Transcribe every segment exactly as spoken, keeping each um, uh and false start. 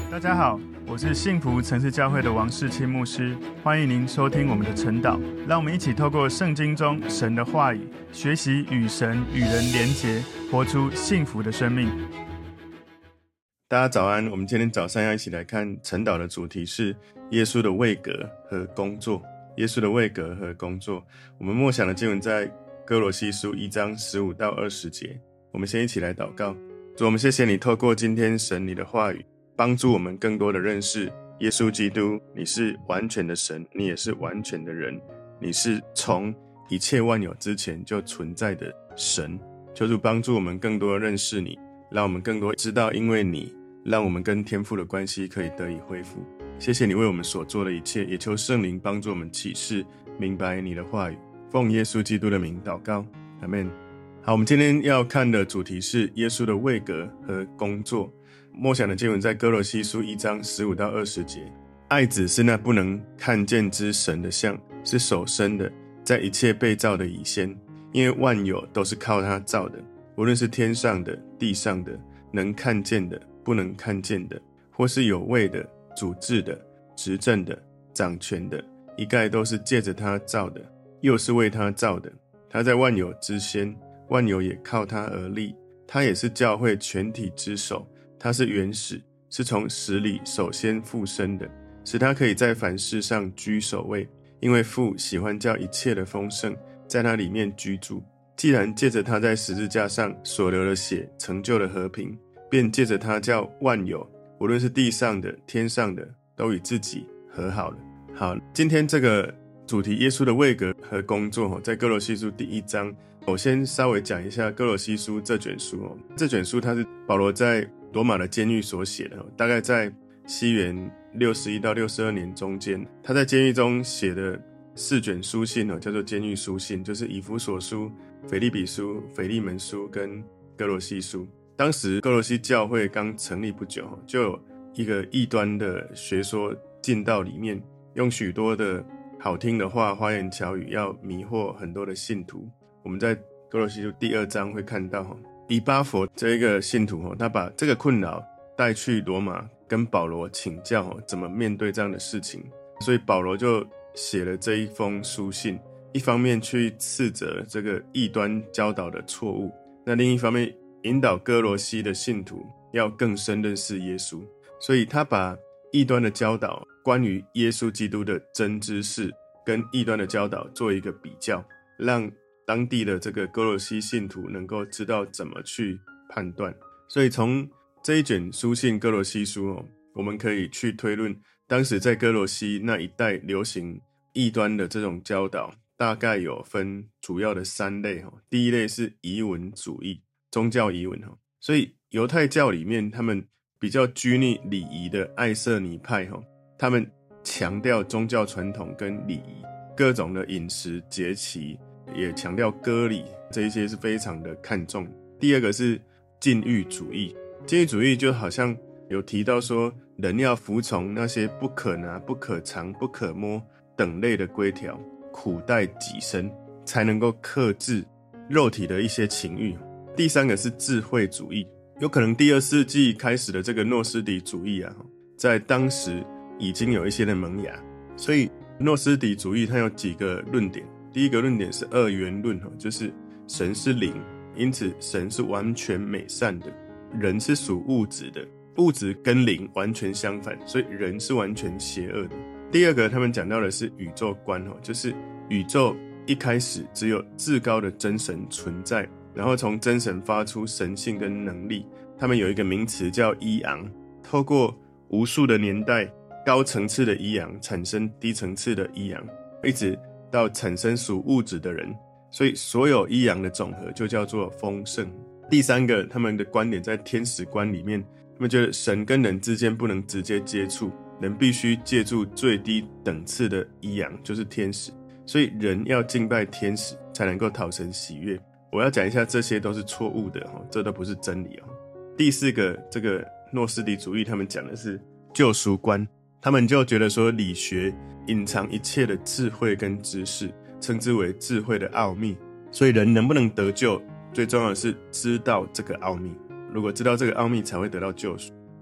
大家好，我是幸福城市教会的王世清牧师，欢迎您收听我们的晨祷。让我们一起透过圣经中神的话语，学习与神与人连结，活出幸福的生命。 大家早安，我们今天早上要一起来看晨祷的主题是耶稣的位格和工作。耶稣的位格和工作，我们默想的经文在哥罗西书一章十五到二十节。我们先一起来祷告。主，我们谢谢你透过今天神你的话语，帮助我们更多的认识耶稣基督。你是完全的神，你也是完全的人，你是从一切万有之前就存在的神。求主帮助我们更多的认识你，让我们更多知道因为你让我们跟天父的关系可以得以恢复。谢谢你为我们所做的一切，也求圣灵帮助我们启示明白你的话语。奉耶稣基督的名祷告，阿们。好，我们今天要看的主题是耶稣的位格和工作。默想的经文在哥罗西书一章十五到二十节。爱子是那不能看见之神的像，是首生的，在一切被造的以先，因为万有都是靠他造的，无论是天上的、地上的，能看见的、不能看见的，或是有位的、主治的、执政的、掌权的，一概都是借着他造的，又是为他造的。他在万有之先，万有也靠他而立。他也是教会全体之首，他是原始，是从死里首先复生的，使他可以在凡事上居首位。因为父喜欢叫一切的丰盛在他里面居住。既然借着他在十字架上所流的血成就了和平，便借着他叫万有，无论是地上的、天上的，都与自己和好了。好，今天这个主题耶稣的位格和工作，在哥罗西书第一章，我先稍微讲一下哥罗西书这卷书。这卷书它是保罗在罗马的监狱所写的，大概在西元六十一到六十二年中间，他在监狱中写的四卷书信叫做监狱书信，就是以弗所书、腓立比书、腓利门书跟哥罗西书。当时哥罗西教会刚成立不久，就有一个异端的学说进到里面，用许多的好听的话、花言巧语要迷惑很多的信徒。我们在哥罗西书第二章会看到，以巴弗这一个信徒，他把这个困扰带去罗马，跟保罗请教怎么面对这样的事情。所以保罗就写了这一封书信，一方面去斥责这个异端教导的错误，那另一方面引导哥罗西的信徒要更深认识耶稣。所以他把异端的教导，关于耶稣基督的真知识跟异端的教导做一个比较，让当地的这个哥罗西信徒能够知道怎么去判断。所以从这一卷书信哥罗西书、哦、我们可以去推论，当时在哥罗西那一带流行异端的这种教导，大概有分主要的三类、哦、第一类是仪文主义，宗教仪文、哦、所以犹太教里面他们比较拘泥礼仪的爱色尼派、哦、他们强调宗教传统跟礼仪，各种的饮食节期也强调割礼，这一些是非常的看重。第二个是禁欲主义，禁欲主义就好像有提到说，人要服从那些不可拿、不可尝、不可摸等类的规条，苦待己身，才能够克制肉体的一些情欲。第三个是智慧主义，有可能第二世纪开始的这个诺斯底主义啊，在当时已经有一些的萌芽。所以诺斯底主义它有几个论点，第一个论点是二元论，就是神是灵，因此神是完全美善的，人是属物质的，物质跟灵完全相反，所以人是完全邪恶的。第二个他们讲到的是宇宙观，就是宇宙一开始只有至高的真神存在，然后从真神发出神性跟能力。他们有一个名词叫伊昂，透过无数的年代，高层次的伊昂产生低层次的伊昂，一直到产生属物质的人，所以所有伊昂的总和就叫做丰盛。第三个他们的观点在天使观里面，他们觉得神跟人之间不能直接接触，人必须借助最低等次的伊昂，就是天使，所以人要敬拜天使才能够讨神喜悦。我要讲一下这些都是错误的，这都不是真理。第四个，这个诺斯底主义他们讲的是救赎观，他们就觉得说理学隐藏一切的智慧跟知识，称之为智慧的奥秘。所以人能不能得救，最重要的是知道这个奥秘，如果知道这个奥秘才会得到救赎。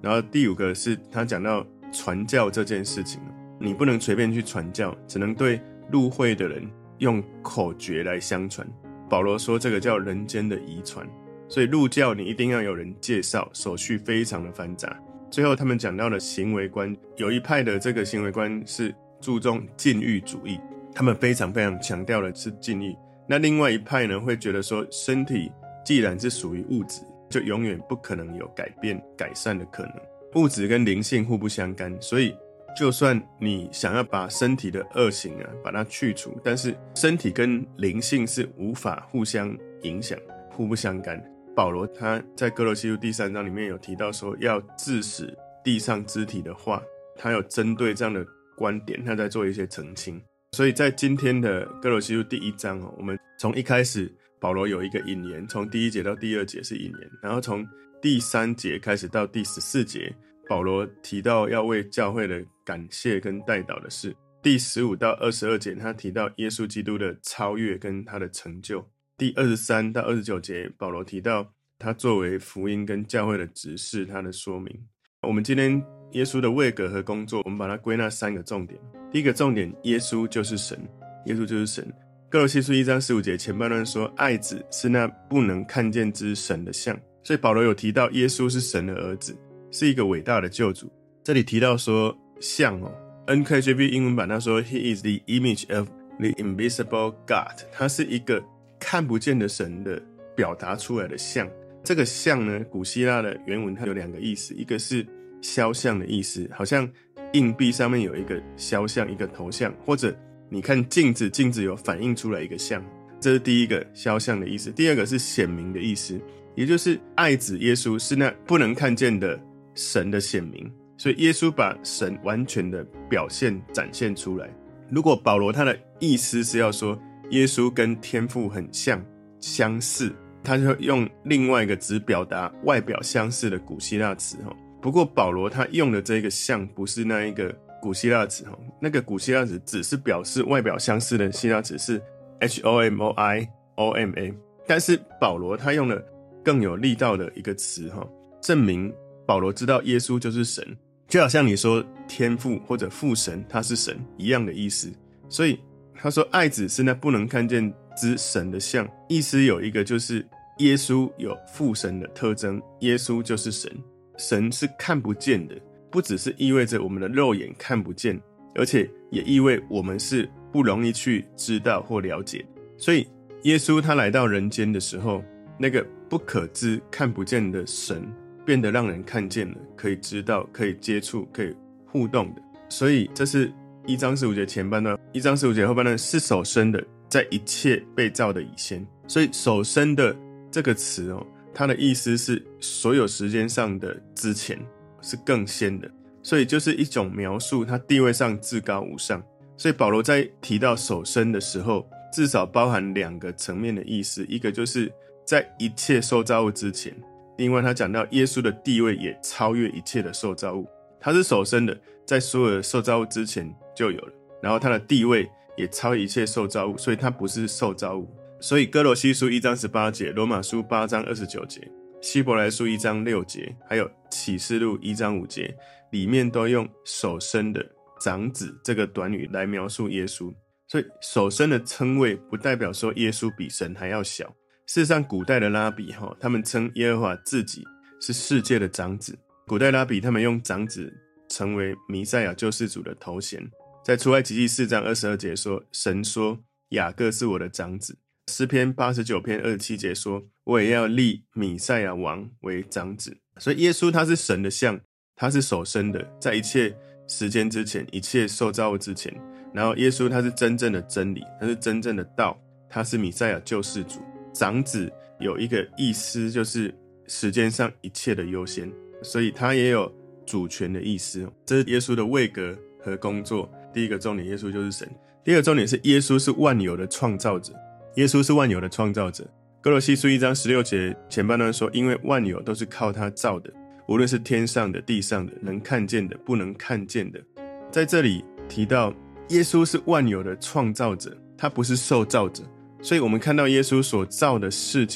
然后第五个是他讲到传教这件事情，你不能随便去传教，只能对入会的人用口诀来相传。保罗说这个叫人间的遗传，所以入教你一定要有人介绍，手续非常的繁杂。最后他们讲到了行为观，有一派的这个行为观是注重禁欲主义，他们非常非常强调的是禁欲。那另外一派呢，会觉得说身体既然是属于物质，就永远不可能有改变改善的可能，物质跟灵性互不相干，所以就算你想要把身体的恶行啊把它去除，但是身体跟灵性是无法互相影响，互不相干。保罗他在哥罗西书第三章里面有提到说要治死地上肢体的话，他有针对这样的观点他在做一些澄清。所以在今天的哥罗西书第一章，我们从一开始保罗有一个引言，从第一节到第二节是引言，然后从第三节开始到第十四节，保罗提到要为教会的感谢跟代祷的事。第十五到二十二节他提到耶稣基督的超越跟他的成就。第二十三到二十九节保罗提到他作为福音跟教会的执事他的说明。我们今天耶稣的位格和工作，我们把它归纳三个重点。第一个重点，耶稣就是神，耶稣就是神。哥罗西书一章十五节前半段说，爱子是那不能看见之神的像，所以保罗有提到耶稣是神的儿子，是一个伟大的救主。这里提到说像哦 N K J V 英文版他说 He is the image of the invisible God， 他是一个看不见的神的表达出来的像。这个像呢，古希腊的原文它有两个意思，一个是肖像的意思，好像硬币上面有一个肖像一个头像，或者你看镜子，镜子有反映出来一个像，这是第一个肖像的意思。第二个是显明的意思，也就是爱子耶稣是那不能看见的神的显明，所以耶稣把神完全的表现展现出来。如果保罗他的意思是要说耶稣跟天父很像相似，他就用另外一个只表达外表相似的古希腊词。不过保罗他用的这个像不是那一个古希腊词，那个古希腊词只是表示外表相似的希腊词是 H O M O I O M A， 但是保罗他用了更有力道的一个词，证明保罗知道耶稣就是神，就好像你说天父或者父神他是神一样的意思。所以他说爱子是那不能看见之神的像，意思有一个就是耶稣有父神的特征，耶稣就是神，神是看不见的，不只是意味着我们的肉眼看不见，而且也意味我们是不容易去知道或了解。所以耶稣他来到人间的时候，那个不可知看不见的神变得让人看见了，可以知道，可以接触，可以互动的。所以这是一章十五节前半段，一章十五节后半段是首生的，在一切被造的以先。所以首生的这个词哦，它的意思是所有时间上的之前，是更先的，所以就是一种描述他地位上至高无上。所以保罗在提到首生的时候，至少包含两个层面的意思，一个就是在一切受造物之前，另外他讲到耶稣的地位也超越一切的受造物，他是首生的，在所有的受造物之前就有了，然后他的地位也超越一切受造物，所以他不是受造物。所以哥罗西书一章十八节，罗马书八章二十九节，希伯来书一章六节，还有启示录一章五节，里面都用首生的长子这个短语来描述耶稣。所以首生的称谓不代表说耶稣比神还要小，事实上古代的拉比他们称耶和华自己是世界的长子，古代拉比他们用长子成为弥赛亚救世主的头衔。在出埃及记四章二十二节说，神说雅各是我的长子。诗篇八十九篇二十七节说，我也要立弥赛亚王为长子。所以耶稣他是神的像，他是首生的，在一切时间之前，一切受造物之前。然后耶稣他是真正的真理，他是真正的道，他是弥赛亚救世主。长子有一个意思，就是时间上一切的优先，所以他也有主权的意思。这是耶稣的位格和工作。第一个重点，耶稣就是神。第二个重点是耶稣是万有的创造者，耶稣是万有的创造者。哥罗西书一章十六节前半段说，因为万有都是靠他造的，无论是天上的地上的，能看见的不能看见的。在这里提到耶稣是万有的创造者，他不是受造者。所以我们看到耶稣所造的世界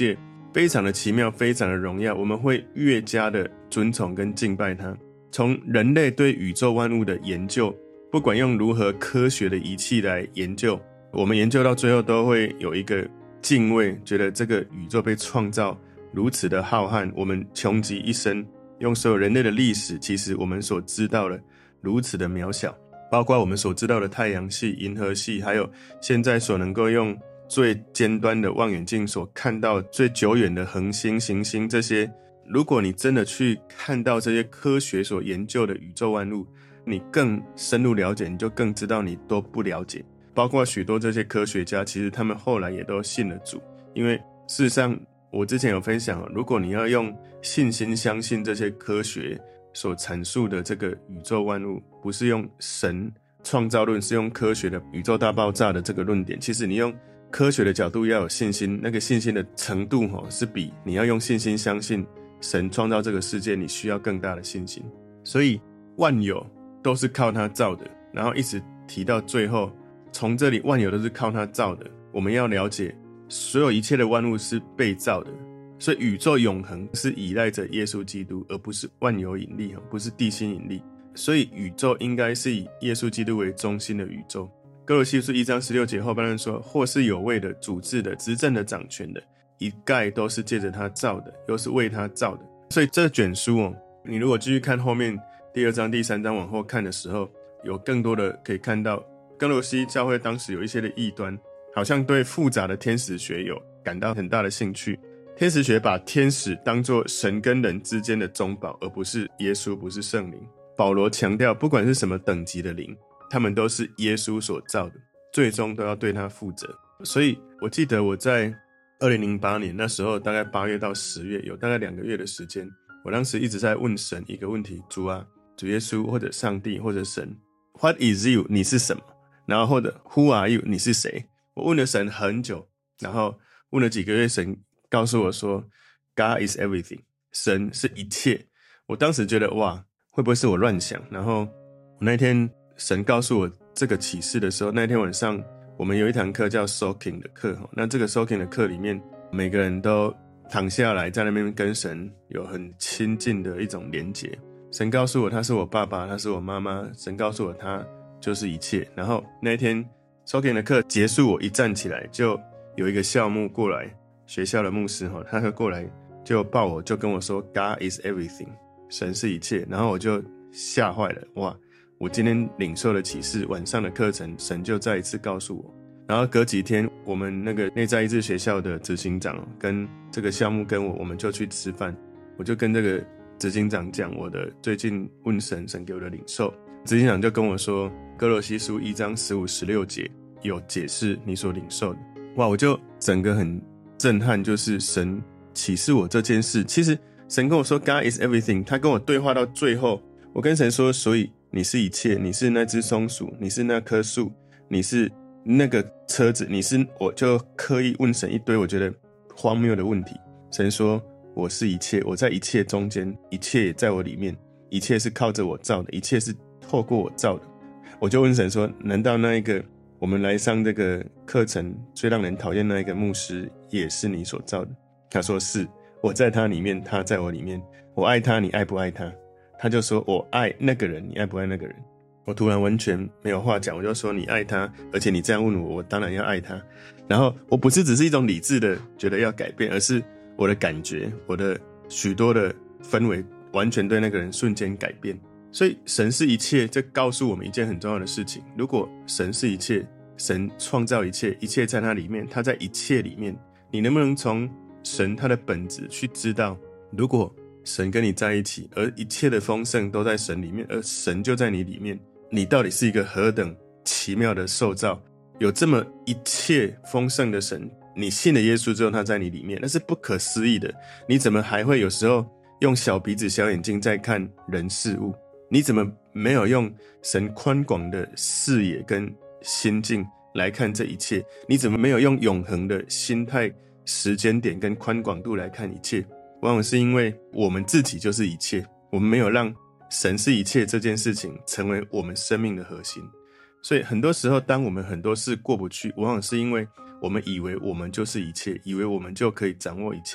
非常的奇妙，非常的荣耀，我们会越加的尊崇跟敬拜他。从人类对宇宙万物的研究，不管用如何科学的仪器来研究，我们研究到最后都会有一个敬畏，觉得这个宇宙被创造如此的浩瀚，我们穷极一生用所有人类的历史，其实我们所知道的如此的渺小，包括我们所知道的太阳系、银河系，还有现在所能够用最尖端的望远镜所看到最久远的恒星、行星，这些如果你真的去看到这些科学所研究的宇宙万物，你更深入了解，你就更知道你都不了解。包括许多这些科学家，其实他们后来也都信了主，因为事实上我之前有分享，如果你要用信心相信这些科学所阐述的这个宇宙万物，不是用神创造论，是用科学的宇宙大爆炸的这个论点，其实你用科学的角度要有信心，那个信心的程度是比你要用信心相信神创造这个世界，你需要更大的信心。所以万有都是靠他造的，然后一直提到最后，从这里万有都是靠他造的，我们要了解所有一切的万物是被造的，所以宇宙永恒是依赖着耶稣基督，而不是万有引力，不是地心引力。所以宇宙应该是以耶稣基督为中心的宇宙。哥罗西书一章十六节后半段说，或是有位的、主治的、执政的、掌权的，一概都是借着他造的，又是为他造的。所以这卷书哦，你如果继续看后面第二章、第三章往后看的时候，有更多的可以看到，哥罗西教会当时有一些的异端，好像对复杂的天使学有感到很大的兴趣。天使学把天使当作神跟人之间的中保，而不是耶稣，不是圣灵。保罗强调，不管是什么等级的灵，他们都是耶稣所造的，最终都要对他负责。所以我记得我在二零零八年那时候，大概八月到十月，有大概两个月的时间，我当时一直在问神一个问题，主啊，主耶稣或者上帝或者神， What is you？ 你是什么？然后或者 Who are you？ 你是谁？我问了神很久，然后问了几个月，神告诉我说 God is everything， 神是一切。我当时觉得哇，会不会是我乱想？然后我那天神告诉我这个启示的时候，那天晚上我们有一堂课叫 Soaking 的课，那这个 Soaking 的课里面，每个人都躺下来在那边跟神有很亲近的一种连结。神告诉我他是我爸爸，他是我妈妈，神告诉我他就是一切。然后那天 Soaking 的课结束，我一站起来，就有一个校牧过来，学校的牧师他就过来就抱我，就跟我说 God is everything， 神是一切。然后我就吓坏了，哇，我今天领受的启示，晚上的课程神就再一次告诉我。然后隔几天，我们那个内在医治学校的执行长跟这个项目跟我，我们就去吃饭，我就跟这个执行长讲我的最近问神，神给我的领受。执行长就跟我说，哥罗西书一章十五、十六节有解释你所领受的。哇，我就整个很震撼，就是神启示我这件事。其实神跟我说 God is everything， 他跟我对话到最后，我跟神说，所以你是一切，你是那只松鼠，你是那棵树，你是那个车子，你是，我就刻意问神一堆我觉得荒谬的问题。神说我是一切，我在一切中间，一切也在我里面，一切是靠着我造的，一切是透过我造的。我就问神说，难道那一个我们来上这个课程最让人讨厌那一个牧师也是你所造的？他说是，我在他里面，他在我里面，我爱他，你爱不爱他？他就说我爱那个人，你爱不爱那个人？我突然完全没有话讲，我就说你爱他，而且你这样问我，我当然要爱他。然后我不是只是一种理智的觉得要改变，而是我的感觉，我的许多的氛围完全对那个人瞬间改变。所以神是一切，这告诉我们一件很重要的事情，如果神是一切，神创造一切，一切在他里面，他在一切里面，你能不能从神他的本质去知道，如果神跟你在一起，而一切的丰盛都在神里面，而神就在你里面，你到底是一个何等奇妙的受造？有这么一切丰盛的神，你信了耶稣之后，他在你里面，那是不可思议的。你怎么还会有时候用小鼻子小眼睛在看人事物？你怎么没有用神宽广的视野跟心境来看这一切？你怎么没有用永恒的心态、时间点跟宽广度来看一切？往往是因为我们自己就是一切，我们没有让神是一切这件事情成为我们生命的核心。所以很多时候当我们很多事过不去，往往是因为我们以为我们就是一切，以为我们就可以掌握一切。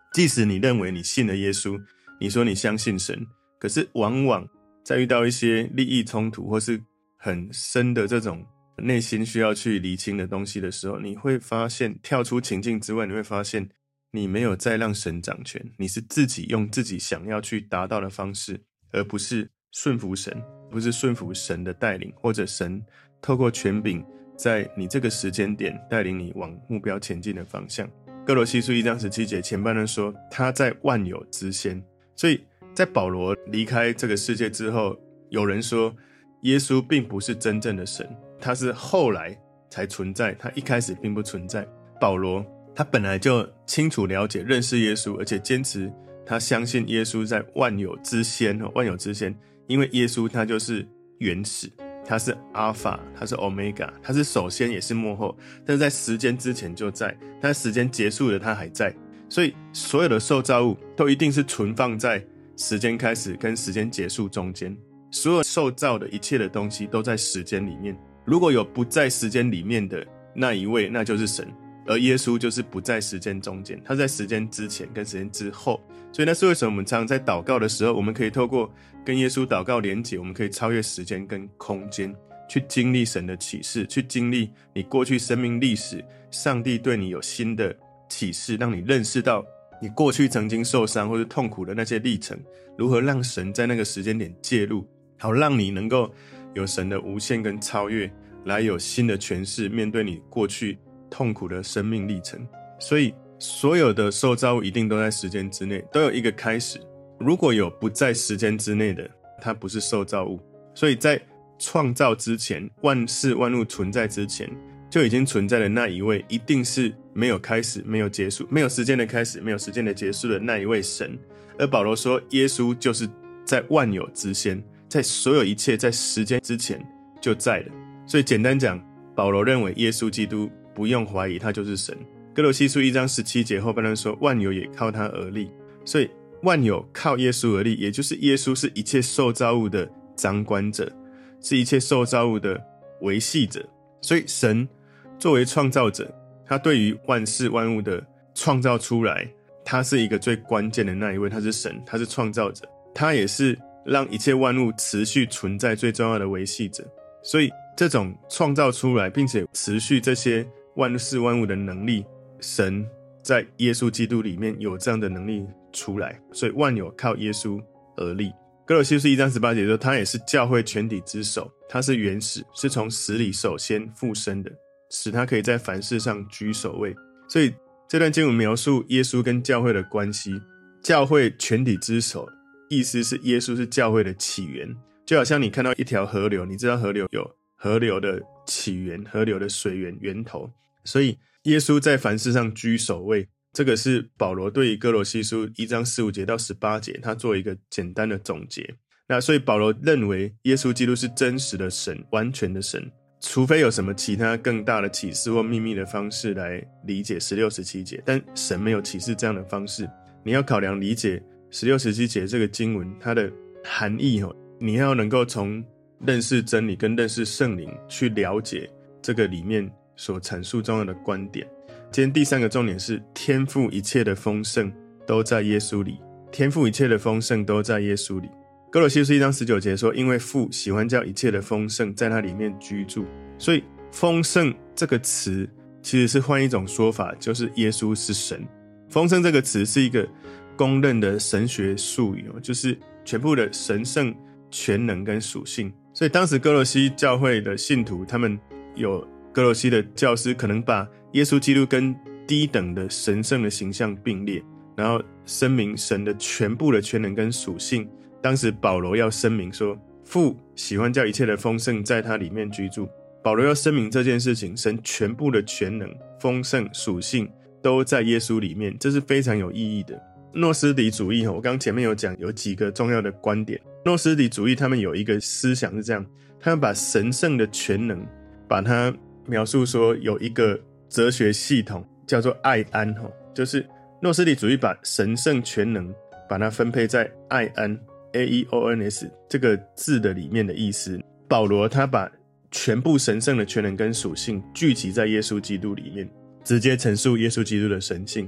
即使你认为你信了耶稣，你说你相信神，可是往往在遇到一些利益冲突或是很深的这种内心需要去厘清的东西的时候，你会发现跳出情境之外，你会发现你没有再让神掌权，你是自己用自己想要去达到的方式，而不是顺服神，不是顺服神的带领，或者神透过权柄在你这个时间点带领你往目标前进的方向。哥罗西书一章十七节前半段说他在万有之先，所以在保罗离开这个世界之后，有人说耶稣并不是真正的神，他是后来才存在，他一开始并不存在。保罗他本来就清楚了解认识耶稣，而且坚持他相信耶稣在万有之先，万有之先，因为耶稣他就是原始，他是 Alpha， 他是 Omega， 他是首先也是末后，但是在时间之前就在，但时间结束了他还在，所以所有的受造物都一定是存放在时间开始跟时间结束中间，所有受造的一切的东西都在时间里面，如果有不在时间里面的那一位，那就是神，而耶稣就是不在时间中间，他在时间之前跟时间之后。所以那是为什么我们常常在祷告的时候，我们可以透过跟耶稣祷告连结，我们可以超越时间跟空间，去经历神的启示，去经历你过去生命历史，上帝对你有新的启示，让你认识到你过去曾经受伤或是痛苦的那些历程，如何让神在那个时间点介入，好让你能够有神的无限跟超越，来有新的诠释面对你过去痛苦的生命历程。所以所有的受造物一定都在时间之内，都有一个开始，如果有不在时间之内的，它不是受造物。所以在创造之前，万事万物存在之前，就已经存在的那一位，一定是没有开始没有结束，没有时间的开始没有时间的结束的那一位神。而保罗说耶稣就是在万有之先，在所有一切在时间之前就在了。所以简单讲，保罗认为耶稣基督不用怀疑他就是神。哥罗西书一章十七节后半段说万有也靠他而立，所以万有靠耶稣而立，也就是耶稣是一切受造物的掌管者，是一切受造物的维系者。所以神作为创造者，他对于万事万物的创造出来，他是一个最关键的那一位，他是神，他是创造者，他也是让一切万物持续存在最重要的维系者。所以这种创造出来并且持续这些万事万物的能力，神在耶稣基督里面有这样的能力出来，所以万有靠耶稣而立。哥罗西书一章十八节说他也是教会全体之首，他是原始，是从死里首先复生的，使他可以在凡事上居首位。所以这段经文描述耶稣跟教会的关系，教会全体之首，意思是耶稣是教会的起源。就好像你看到一条河流，你知道河流有河流的起源，河流的水源源头，所以耶稣在凡事上居首位，这个是保罗对于哥罗西书一章十五节到十八节他做一个简单的总结。那所以保罗认为耶稣基督是真实的神，完全的神，除非有什么其他更大的启示或秘密的方式来理解十六、十七节，但神没有启示这样的方式。你要考量理解十六、十七节这个经文它的含义，你要能够从认识真理跟认识圣灵去了解这个里面所阐述重要的观点。今天第三个重点是天父一切的丰盛都在耶稣里，天父一切的丰盛都在耶稣里。哥罗西书一章十九节说因为父喜欢叫一切的丰盛在他里面居住，所以丰盛这个词其实是换一种说法，就是耶稣是神。丰盛这个词是一个公认的神学术语，就是全部的神圣全能跟属性。所以当时哥罗西教会的信徒，他们有哥罗西的教师可能把耶稣基督跟低等的神圣的形象并列，然后声明神的全部的全能跟属性。当时保罗要声明说父喜欢叫一切的丰盛在他里面居住，保罗要声明这件事情，神全部的全能丰盛属性都在耶稣里面，这是非常有意义的。诺斯底主义，我刚前面有讲有几个重要的观点。诺斯底主义他们有一个思想是这样，他们把神圣的全能把它描述说有一个哲学系统叫做爱安，就是诺斯底主义把神圣全能把它分配在爱安 A E O N S 这个字的里面的意思。保罗他把全部神圣的全能跟属性聚集在耶稣基督里面，直接陈述耶稣基督的神性。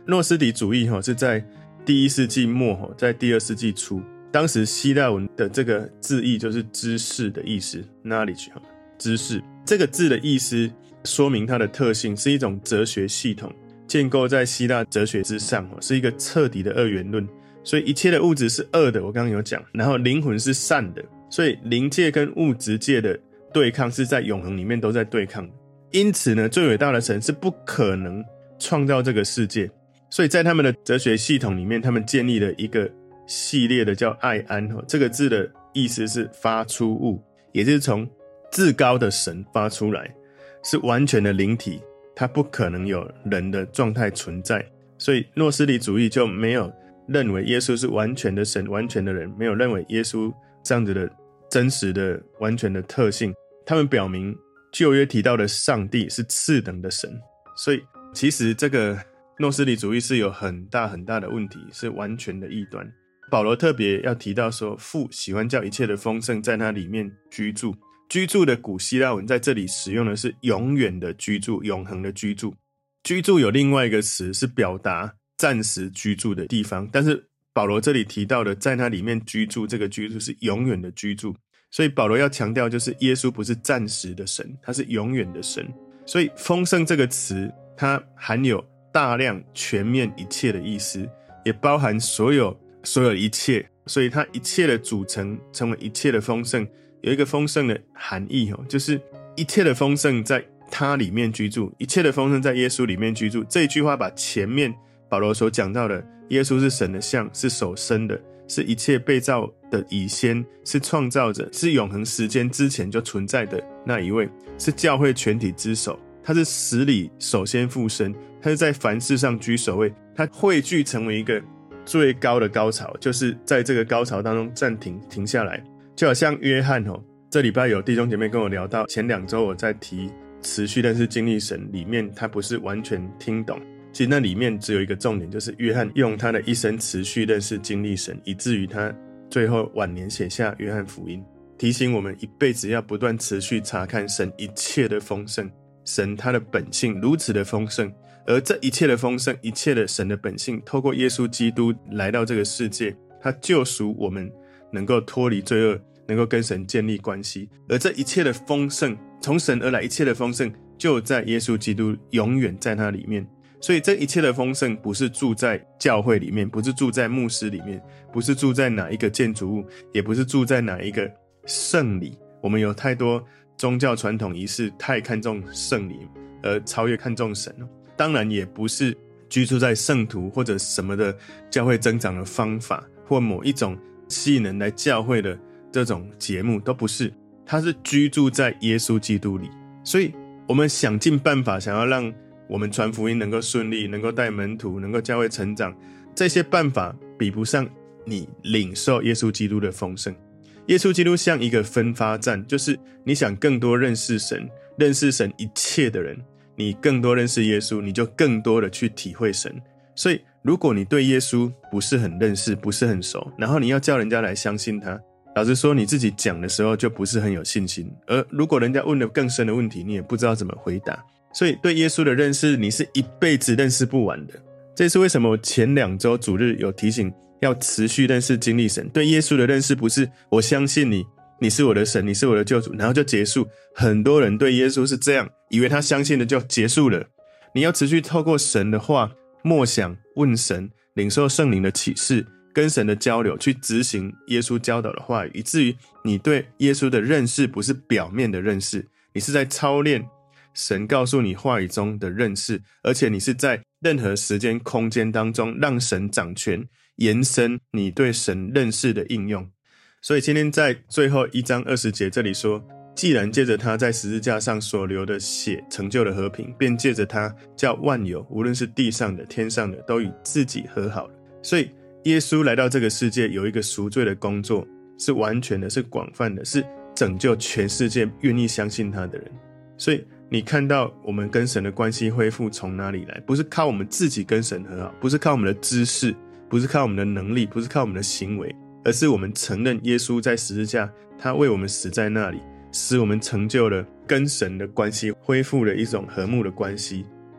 诺斯底主义是在第一世纪末，在第二世纪初，当时希腊文的这个字义就是知识的意思 knowledge 知识，这个字的意思说明它的特性是一种哲学系统，建构在希腊哲学之上，是一个彻底的二元论。所以一切的物质是恶的，我刚刚有讲，然后灵魂是善的，所以灵界跟物质界的对抗是在永恒里面都在对抗的。因此呢，最伟大的神是不可能创造这个世界，所以在他们的哲学系统里面，他们建立了一个系列的叫爱安，这个字的意思是发出物，也就是从至高的神发出来，是完全的灵体，它不可能有人的状态存在。所以诺斯底主义就没有认为耶稣是完全的神，完全的人，没有认为耶稣这样子的真实的完全的特性。他们表明旧约提到的上帝是次等的神，所以其实这个诺斯底主义是有很大很大的问题，是完全的异端。保罗特别要提到说，父喜欢叫一切的丰盛在他里面居住。居住的古希腊文在这里使用的是永远的居住，永恒的居住。居住有另外一个词是表达暂时居住的地方，但是保罗这里提到的在他里面居住，这个居住是永远的居住。所以保罗要强调就是耶稣不是暂时的神，他是永远的神。所以丰盛这个词它含有大量全面一切的意思，也包含所有所有一切，所以它一切的组成成为一切的丰盛。有一个丰盛的含义，就是一切的丰盛在他里面居住，一切的丰盛在耶稣里面居住。这一句话把前面保罗所讲到的耶稣是神的像，是首生的，是一切被造的以先，是创造者，是永恒时间之前就存在的那一位，是教会全体之首，他是死里首先复生，他是在凡事上居首位，他汇聚成为一个最高的高潮，就是在这个高潮当中暂停停下来。就好像约翰哦，这礼拜有弟兄姐妹跟我聊到，前两周我在提持续认识经历神里面，他不是完全听懂，其实那里面只有一个重点，就是约翰用他的一生持续认识经历神，以至于他最后晚年写下约翰福音，提醒我们一辈子要不断持续查看神一切的丰盛，神他的本性如此的丰盛，而这一切的丰盛，一切的神的本性透过耶稣基督来到这个世界，他救赎我们能够脱离罪恶，能够跟神建立关系，而这一切的丰盛，从神而来一切的丰盛就在耶稣基督永远在他里面。所以这一切的丰盛不是住在教会里面，不是住在牧师里面，不是住在哪一个建筑物，也不是住在哪一个圣礼。我们有太多宗教传统仪式太看重圣礼而超越看重神，当然也不是居住在圣徒或者什么的教会增长的方法，或某一种吸引人来教会的这种节目，都不是，他是居住在耶稣基督里。所以我们想尽办法想要让我们传福音能够顺利，能够带门徒，能够教会成长，这些办法比不上你领受耶稣基督的丰盛。耶稣基督像一个分发站，就是你想更多认识神，认识神一切的人，你更多认识耶稣，你就更多的去体会神。所以如果你对耶稣不是很认识，不是很熟，然后你要叫人家来相信他，老实说你自己讲的时候就不是很有信心，而如果人家问了更深的问题，你也不知道怎么回答。所以对耶稣的认识你是一辈子认识不完的。这是为什么我前两周主日有提醒要持续认识经历神。对耶稣的认识不是我相信你，你是我的神，你是我的救主，然后就结束。很多人对耶稣是这样，以为他相信的就结束了。你要持续透过神的话默想，问神，领受圣灵的启示，跟神的交流，去执行耶稣教导的话语，以至于你对耶稣的认识不是表面的认识，你是在操练神告诉你话语中的认识，而且你是在任何时间空间当中让神掌权，延伸你对神认识的应用。所以今天在最后一章二十节这里说，既然借着他在十字架上所流的血成就了和平，便借着他叫万有，无论是地上的天上的，都与自己和好了。所以耶稣来到这个世界有一个赎罪的工作，是完全的，是广泛的，是拯救全世界愿意相信他的人。所以你看到我们跟神的关系恢复从哪里来？不是靠我们自己跟神和好，不是靠我们的知识，不是靠我们的能力，不是靠我们的行为，而是我们承认耶稣在十字架，他为我们死在那里，使我们成就了跟神的关系，恢复了一种和睦的关系。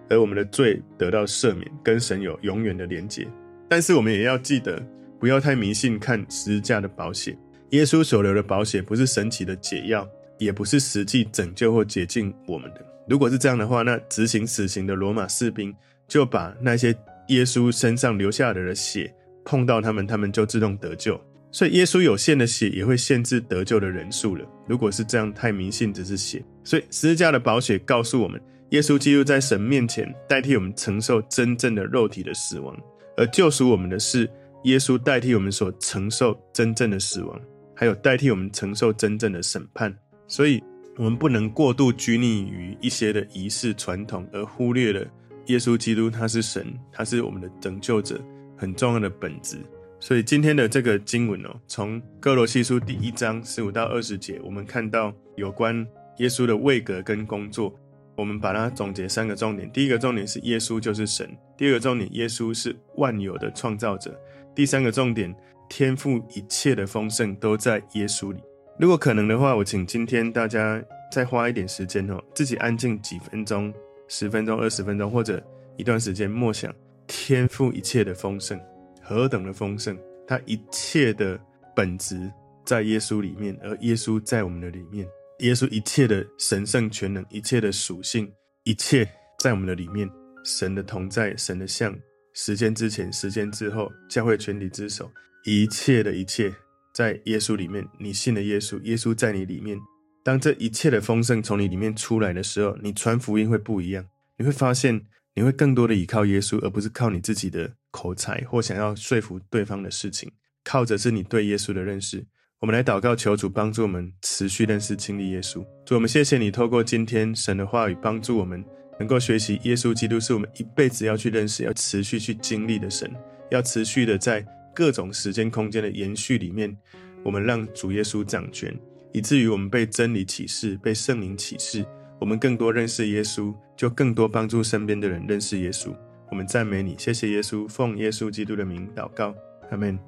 而我们的罪得到赦免，跟神有永远的连结。但是我们也要记得，不要太迷信看十字架的宝血。耶稣所流的宝血不是神奇的解药，也不是实际拯救或洁净我们的。如果是这样的话，那执行死刑的罗马士兵就把那些耶稣身上流下来的血碰到他们，他们就自动得救。所以耶稣有限的血也会限制得救的人数了。如果是这样，太迷信只是血。所以十字架的宝血告诉我们，耶稣基督在神面前代替我们承受真正的肉体的死亡，而救赎我们的是耶稣代替我们所承受真正的死亡，还有代替我们承受真正的审判。所以我们不能过度拘泥于一些的仪式传统，而忽略了耶稣基督他是神，他是我们的拯救者，很重要的本质。所以今天的这个经文哦，从哥罗西书第一章十五到二十节，我们看到有关耶稣的位格跟工作，我们把它总结三个重点。第一个重点是耶稣就是神，第二个重点耶稣是万有的创造者，第三个重点天父一切的丰盛都在耶稣里。如果可能的话，我请今天大家再花一点时间哦，自己安静几分钟，十分钟、二十分钟，或者一段时间默想天父一切的丰盛，何等的丰盛，他一切的本质在耶稣里面，而耶稣在我们的里面。耶稣一切的神圣全能，一切的属性，一切在我们的里面。神的同在，神的像，时间之前，时间之后，教会全体之首，一切的一切在耶稣里面。你信了耶稣，耶稣在你里面。当这一切的丰盛从你里面出来的时候，你传福音会不一样。你会发现你会更多的依靠耶稣，而不是靠你自己的口才或想要说服对方的事情，靠着是你对耶稣的认识。我们来祷告，求主帮助我们持续认识经历耶稣。主，我们谢谢你透过今天神的话语帮助我们能够学习耶稣基督是我们一辈子要去认识，要持续去经历的神，要持续的在各种时间空间的延续里面，我们让主耶稣掌权，以至于我们被真理启示，被圣灵启示，我们更多认识耶稣，就更多帮助身边的人认识耶稣。我们赞美你，谢谢耶稣，奉耶稣基督的名祷告，阿们。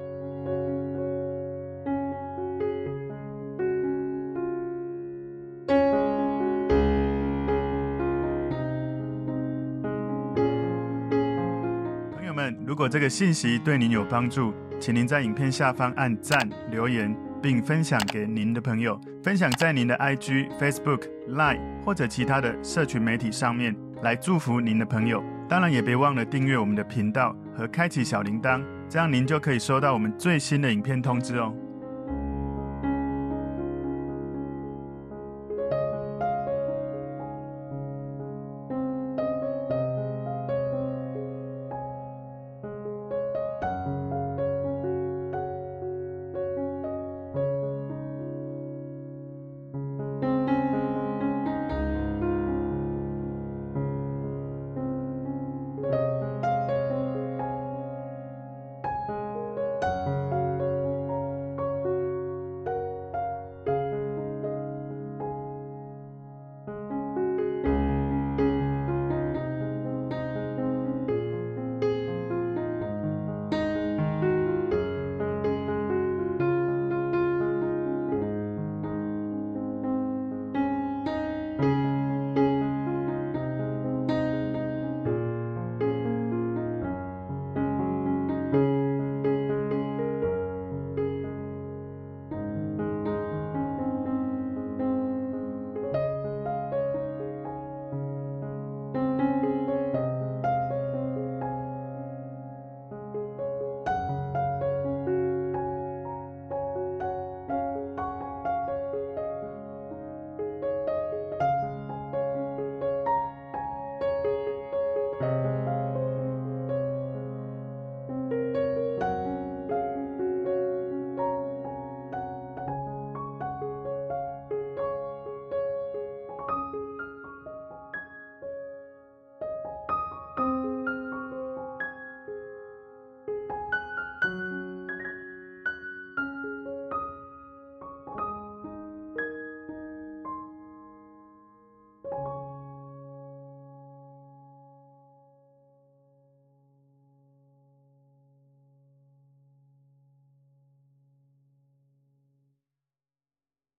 朋友们，如果这个信息对您有帮助，请您在影片下方按赞、留言，并分享给您的朋友，分享在您的 I G、Facebook、Line 或者其他的社群媒体上面，来祝福您的朋友。当然也别忘了订阅我们的频道和开启小铃铛，这样您就可以收到我们最新的影片通知哦。